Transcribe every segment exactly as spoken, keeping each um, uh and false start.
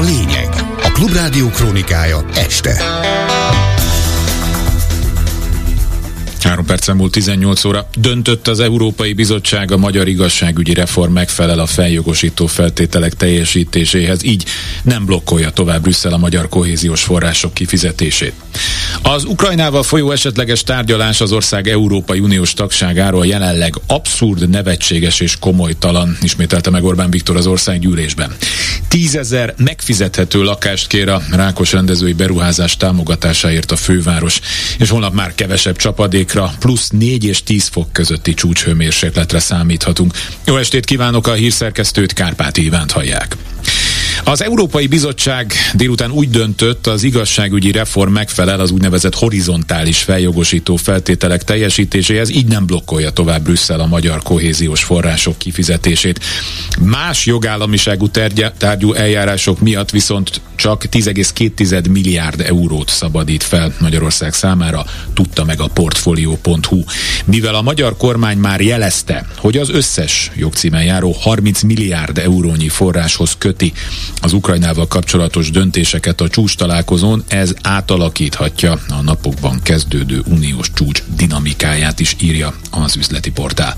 lényeg. A Klubrádió krónikája este. Három percen múlt tizennyolc óra. Döntött az Európai Bizottság, a magyar igazságügyi reform megfelel a feljogosító feltételek teljesítéséhez, így nem blokkolja tovább Brüsszel a magyar kohéziós források kifizetését. Az Ukrajnával folyó esetleges tárgyalás az ország Európai Uniós tagságáról jelenleg abszurd, nevetséges és komolytalan, ismételte meg Orbán Viktor az országgyűlésben. Tízezer megfizethető lakást kér a Rákos rendezői beruházás támogatásáért a főváros, és holnap már kevesebb csapadékra, plusz négy és tíz fok közötti csúcshőmérsékletre számíthatunk. Jó estét kívánok, a hírszerkesztőt, Kárpáti Ivánt hallják. Az Európai Bizottság délután úgy döntött, az igazságügyi reform megfelel az úgynevezett horizontális feljogosító feltételek teljesítéséhez, így nem blokkolja tovább Brüsszel a magyar kohéziós források kifizetését. Más jogállamiságú tergy- tárgyú eljárások miatt viszont csak tíz egész két milliárd eurót szabadít fel Magyarország számára, tudta meg a portfolio pont hu. Mivel a magyar kormány már jelezte, hogy az összes jogcímen járó harminc milliárd eurónyi forráshoz köti az Ukrajnával kapcsolatos döntéseket a csúcs találkozón, ez átalakíthatja a napokban kezdődő uniós csúcs dinamikáját is, írja az üzleti portál.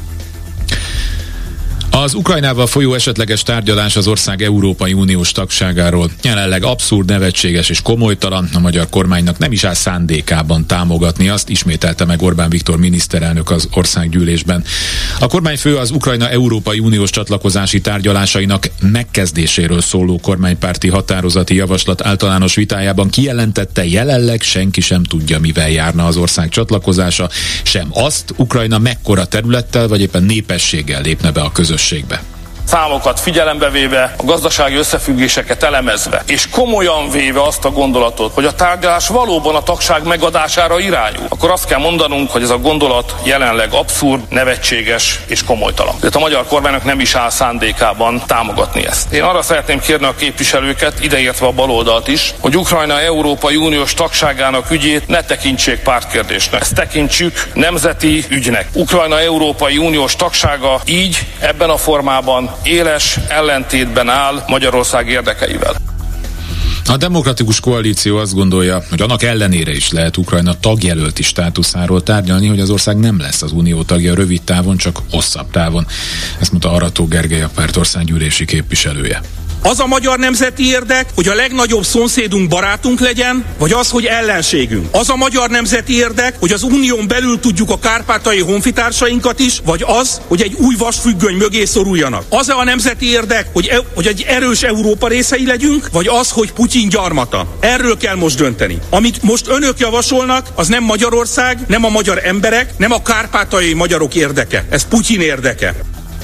Az Ukrajnával folyó esetleges tárgyalás az ország Európai Uniós tagságáról jelenleg abszurd, nevetséges és komolytalan, a magyar kormánynak nem is áll szándékában támogatni azt, ismételte meg Orbán Viktor miniszterelnök az országgyűlésben. A kormányfő az Ukrajna Európai Uniós csatlakozási tárgyalásainak megkezdéséről szóló kormánypárti határozati javaslat általános vitájában kijelentette, jelenleg senki sem tudja, mivel járna az ország csatlakozása, sem azt, Ukrajna mekkora területtel vagy éppen népességgel lépne be a közösségbe. Számokat figyelembe véve, a gazdasági összefüggéseket elemezve, és komolyan véve azt a gondolatot, hogy a tárgyalás valóban a tagság megadására irányul, akkor azt kell mondanunk, hogy ez a gondolat jelenleg abszurd, nevetséges és komolytalan. Tehát a magyar kormánynak nem is áll szándékában támogatni ezt. Én arra szeretném kérni a képviselőket, ideértve a baloldalt is, hogy Ukrajna Európai Uniós tagságának ügyét ne tekintsék pártkérdésnek. Ezt tekintsük nemzeti ügynek. Ukrajna Európai Uniós tagsága így, ebben a formában éles ellentétben áll Magyarország érdekeivel. A Demokratikus Koalíció azt gondolja, hogy annak ellenére is lehet Ukrajna tagjelölti státuszáról tárgyalni, hogy az ország nem lesz az unió tagja rövid távon, csak hosszabb távon. Ezt mondta Arató Gergely, a párt országgyűlési képviselője. Az a magyar nemzeti érdek, hogy a legnagyobb szomszédunk barátunk legyen, vagy az, hogy ellenségünk? Az a magyar nemzeti érdek, hogy az unión belül tudjuk a kárpátaljai honfitársainkat is, vagy az, hogy egy új vasfüggöny mögé szoruljanak? Az a nemzeti érdek, hogy, e- hogy egy erős Európa részei legyünk, vagy az, hogy Putyin gyarmata? Erről kell most dönteni. Amit most önök javasolnak, az nem Magyarország, nem a magyar emberek, nem a kárpátaljai magyarok érdeke. Ez Putyin érdeke.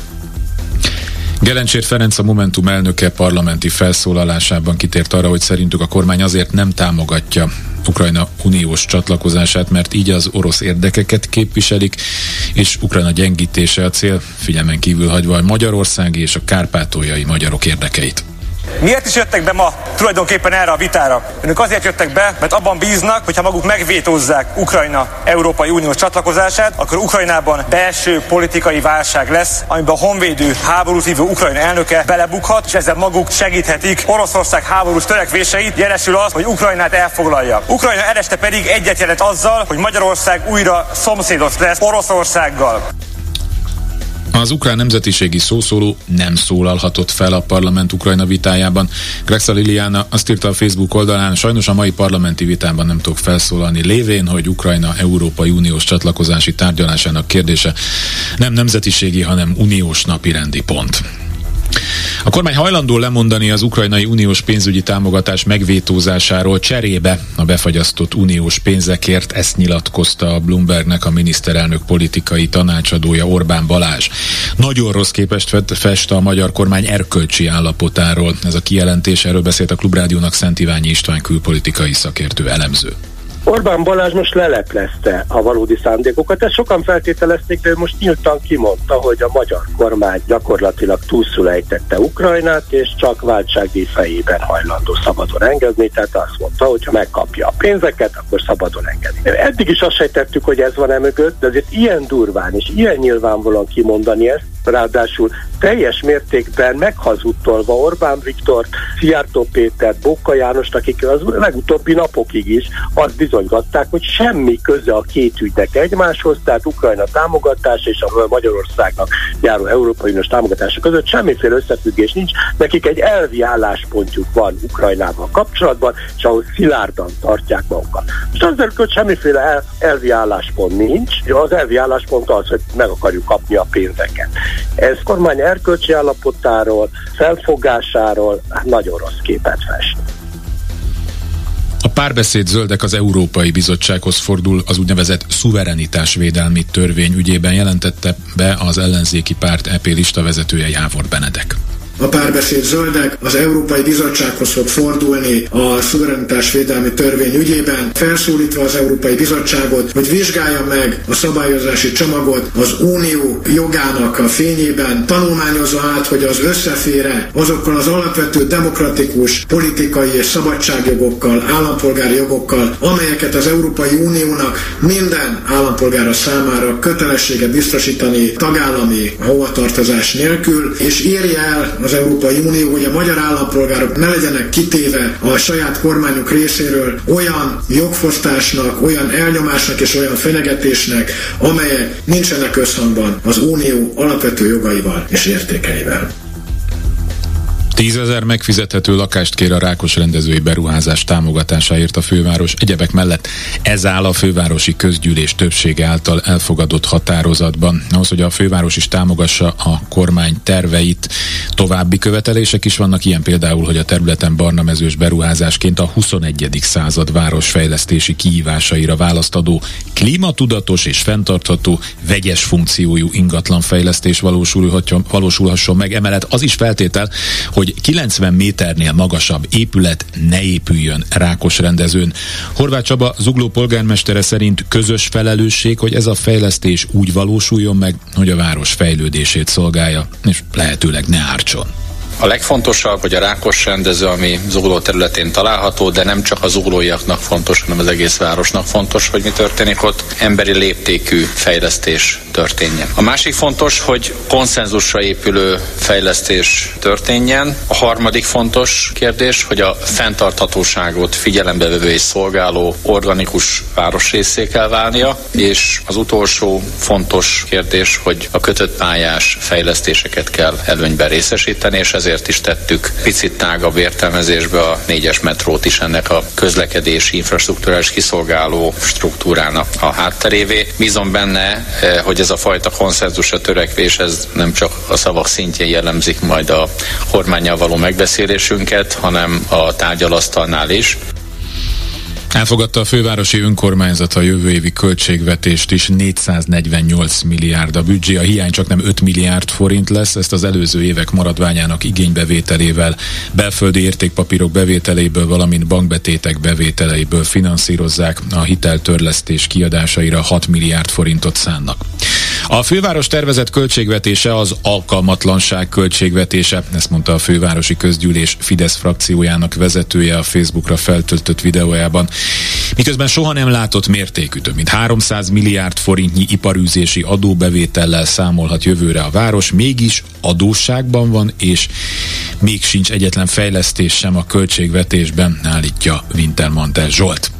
Gelencsér Ferenc, a Momentum elnöke parlamenti felszólalásában kitért arra, hogy szerintük a kormány azért nem támogatja Ukrajna uniós csatlakozását, mert így az orosz érdekeket képviselik, és Ukrajna gyengítése a cél, figyelmen kívül hagyva a magyarországi és a kárpátaljai magyarok érdekeit. Miért is jöttek be ma tulajdonképpen erre a vitára? Önök azért jöttek be, mert abban bíznak, hogy ha maguk megvétózzák Ukrajna Európai Uniós csatlakozását, akkor Ukrajnában belső politikai válság lesz, amiben a honvédő, háborút vívő Ukrajna elnöke belebukhat, és ezzel maguk segíthetik Oroszország háborús törekvéseit, jelesül az, hogy Ukrajnát elfoglalja. Ukrajna ereste pedig egyet jelent azzal, hogy Magyarország újra szomszédos lesz Oroszországgal. Az ukrán nemzetiségi szószóló nem szólalhatott fel a parlament Ukrajna vitájában. Grexa Liliana azt írta a Facebook oldalán, sajnos a mai parlamenti vitában nem tudok felszólalni, lévén, hogy Ukrajna Európai Uniós csatlakozási tárgyalásának kérdése nem nemzetiségi, hanem uniós napirendi pont. A kormány hajlandó lemondani az ukrajnai uniós pénzügyi támogatás megvétózásáról cserébe a befagyasztott uniós pénzekért, ezt nyilatkozta a Bloombergnek a miniszterelnök politikai tanácsadója, Orbán Balázs. Nagyon rossz képest fest a magyar kormány erkölcsi állapotáról. Ez a kijelentés, erről beszélt a Klubrádiónak Szent Iványi István külpolitikai szakértő, elemző. Orbán Balázs most leleplezte a valódi szándékokat, ezt sokan feltételezték, de ő most nyíltan kimondta, hogy a magyar kormány gyakorlatilag túlszul ejtette Ukrajnát, és csak váltságdíj fejében hajlandó szabadon engedni, tehát azt mondta, hogy ha megkapja a pénzeket, akkor szabadon engedni. Eddig is azt sejtettük, hogy ez van e mögött, de azért ilyen durván és ilyen nyilvánvalóan kimondani ezt, ráadásul teljes mértékben meghazudtolva Orbán Viktort, Szijjártó Pétert, Bóka Jánost, akik az legutóbbi napokig is azt bizonygatták, hogy semmi köze a két ügynek egymáshoz, tehát Ukrajna támogatása és a Magyarországnak járó Európai Uniós támogatása között semmiféle összefüggés nincs, nekik egy elvi álláspontjuk van Ukrajnával kapcsolatban, és ahhoz szilárdan tartják magukat. Most az derül, hogy semmiféle el, elvi álláspont nincs, az elvi álláspont az, hogy meg akarjuk kapni a pénzeket. Ez kormány erkölcsi állapotáról, felfogásáról hát nagyon rossz képet fest. A Párbeszéd Zöldek az Európai Bizottsághoz fordul az úgynevezett szuverenitásvédelmi törvény ügyében, jelentette be az ellenzéki párt é pé listavezetője Jávor Benedek. A Párbeszéd Zöldek az Európai Bizottsághoz fog fordulni a szuverenitásvédelmi törvény ügyében, felszólítva az Európai Bizottságot, hogy vizsgálja meg a szabályozási csomagot az unió jogának a fényében, tanulmányozva át, hogy az összefér-e azokkal az alapvető demokratikus, politikai és szabadságjogokkal, állampolgári jogokkal, amelyeket az Európai Uniónak minden állampolgára számára kötelessége biztosítani tagállami hovatartozás nélkül, és írja el az Európai Unió, hogy a magyar állampolgárok ne legyenek kitéve a saját kormányuk részéről olyan jogfosztásnak, olyan elnyomásnak és olyan fenyegetésnek, amelyek nincsenek összhangban az Unió alapvető jogaival és értékeivel. Tízezer megfizethető lakást kér a Rákos-rendezői beruházás támogatásáért a főváros. Egyebek mellett ez áll a fővárosi közgyűlés többsége által elfogadott határozatban. Ahhoz, hogy a főváros is támogassa a kormány terveit, további követelések is vannak, ilyen például, hogy a területen barnamezős beruházásként a huszonegyedik század városfejlesztési kihívásaira választadó klímatudatos és fenntartható vegyes funkciójú ingatlanfejlesztés valósulhasson meg. Emellett az is feltétel, hogy kilencven méternél magasabb épület ne épüljön Rákosrendezőn. Horváth Csaba Zugló polgármestere szerint közös felelősség, hogy ez a fejlesztés úgy valósuljon meg, hogy a város fejlődését szolgálja, és lehetőleg ne ártson. A legfontosabb, hogy a Rákos-rendező, ami Zugló területén található, de nem csak a zuglóiaknak fontos, hanem az egész városnak fontos, hogy mi történik ott, emberi léptékű fejlesztés történjen. A másik fontos, hogy konszenzusra épülő fejlesztés történjen. A harmadik fontos kérdés, hogy a fenntarthatóságot figyelembe vevő és szolgáló organikus városrészé kell válnia, és az utolsó fontos kérdés, hogy a kötött pályás fejlesztéseket kell előnyben részesíteni, és ezért Ezért is tettük picit tágabb értelmezésbe a négyes metrót is ennek a közlekedési infrastruktúrális kiszolgáló struktúrának a hátterévé. Bízom benne, hogy ez a fajta konszenzusra törekvés, ez nem csak a szavak szintjén jellemzik majd a kormánnyal való megbeszélésünket, hanem a tárgyalasztalnál is. Elfogadta a fővárosi önkormányzat a jövő évi költségvetést is, négyszáznegyvennyolc milliárd a büdzsé, a hiány csak nem öt milliárd forint lesz, ezt az előző évek maradványának igénybevételével, belföldi értékpapírok bevételéből, valamint bankbetétek bevételeiből finanszírozzák, a hiteltörlesztés kiadásaira hat milliárd forintot szánnak. A főváros tervezett költségvetése az alkalmatlanság költségvetése, ezt mondta a fővárosi közgyűlés Fidesz frakciójának vezetője a Facebookra feltöltött videójában. Miközben soha nem látott mértékű, több mint háromszáz milliárd forintnyi iparűzési adóbevétellel számolhat jövőre a város, mégis adósságban van, és még sincs egyetlen fejlesztés sem a költségvetésben, állítja Wintermantel Zsolt.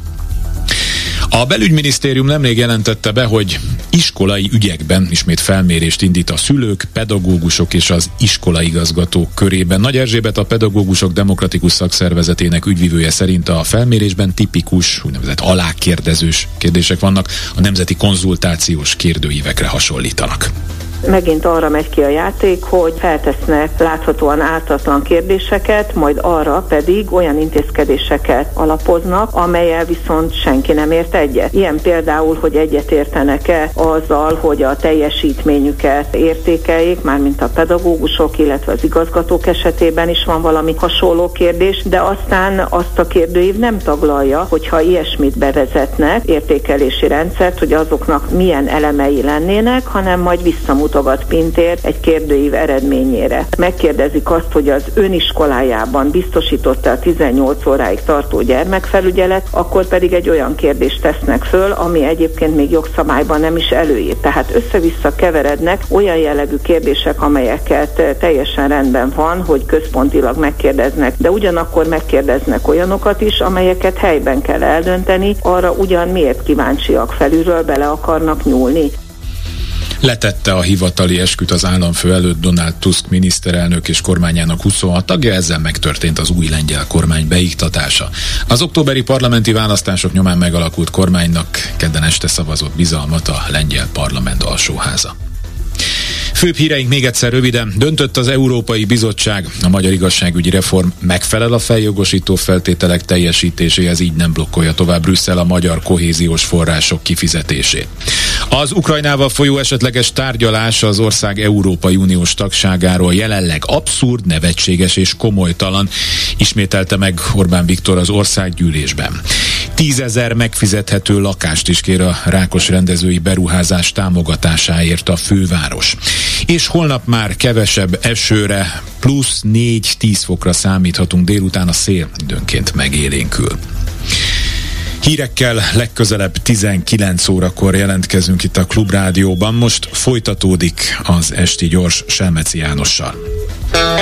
A belügyminisztérium nemrég jelentette be, hogy iskolai ügyekben ismét felmérést indít a szülők, pedagógusok és az iskolaigazgatók körében. Nagy Erzsébet, a Pedagógusok Demokratikus Szakszervezetének ügyvivője szerint a felmérésben tipikus, úgynevezett alákérdezős kérdések vannak, a nemzeti konzultációs kérdőívekre hasonlítanak. Megint arra megy ki a játék, hogy feltesznek láthatóan ártatlan kérdéseket, majd arra pedig olyan intézkedéseket alapoznak, amellyel viszont senki nem ért egyet. Ilyen például, hogy egyet értenek-e azzal, hogy a teljesítményüket értékeljék, mármint a pedagógusok, illetve az igazgatók esetében is van valami hasonló kérdés, de aztán azt a kérdőív nem taglalja, hogyha ilyesmit bevezetnek, értékelési rendszert, hogy azoknak milyen elemei lennének, hanem majd visszamutat mutogat Pintér egy kérdőív eredményére. Megkérdezik azt, hogy az öniskolájában biztosította a tizennyolc óráig tartó gyermekfelügyelet, akkor pedig egy olyan kérdést tesznek föl, ami egyébként még jogszabályban nem is előír. Tehát össze-vissza keverednek olyan jellegű kérdések, amelyeket teljesen rendben van, hogy központilag megkérdeznek, de ugyanakkor megkérdeznek olyanokat is, amelyeket helyben kell eldönteni, arra ugyan miért kíváncsiak, felülről bele akarnak nyúlni. Letette a hivatali esküt az államfő előtt Donald Tusk miniszterelnök és kormányának huszonhat tagja, ezzel megtörtént az új lengyel kormány beiktatása. Az októberi parlamenti választások nyomán megalakult kormánynak kedden este szavazott bizalmat a lengyel parlament alsóháza. Főbb híreink még egyszer röviden. Döntött az Európai Bizottság. A magyar igazságügyi reform megfelel a feljogosító feltételek teljesítéséhez, így nem blokkolja tovább Brüsszel a magyar kohéziós források kifizetését. Az Ukrajnával folyó esetleges tárgyalás az ország Európai Uniós tagságáról jelenleg abszurd, nevetséges és komolytalan, ismételte meg Orbán Viktor az országgyűlésben. Tízezer megfizethető lakást is kér a Rákos rendezői beruházás támogatásáért a főváros. És holnap már kevesebb esőre, plusz négy-tíz fokra számíthatunk, délután a szél időnként megélénkül. Hírekkel legközelebb tizenkilenc órakor jelentkezünk itt a Klubrádióban, most folytatódik az Esti Gyors Selmeci Jánossal.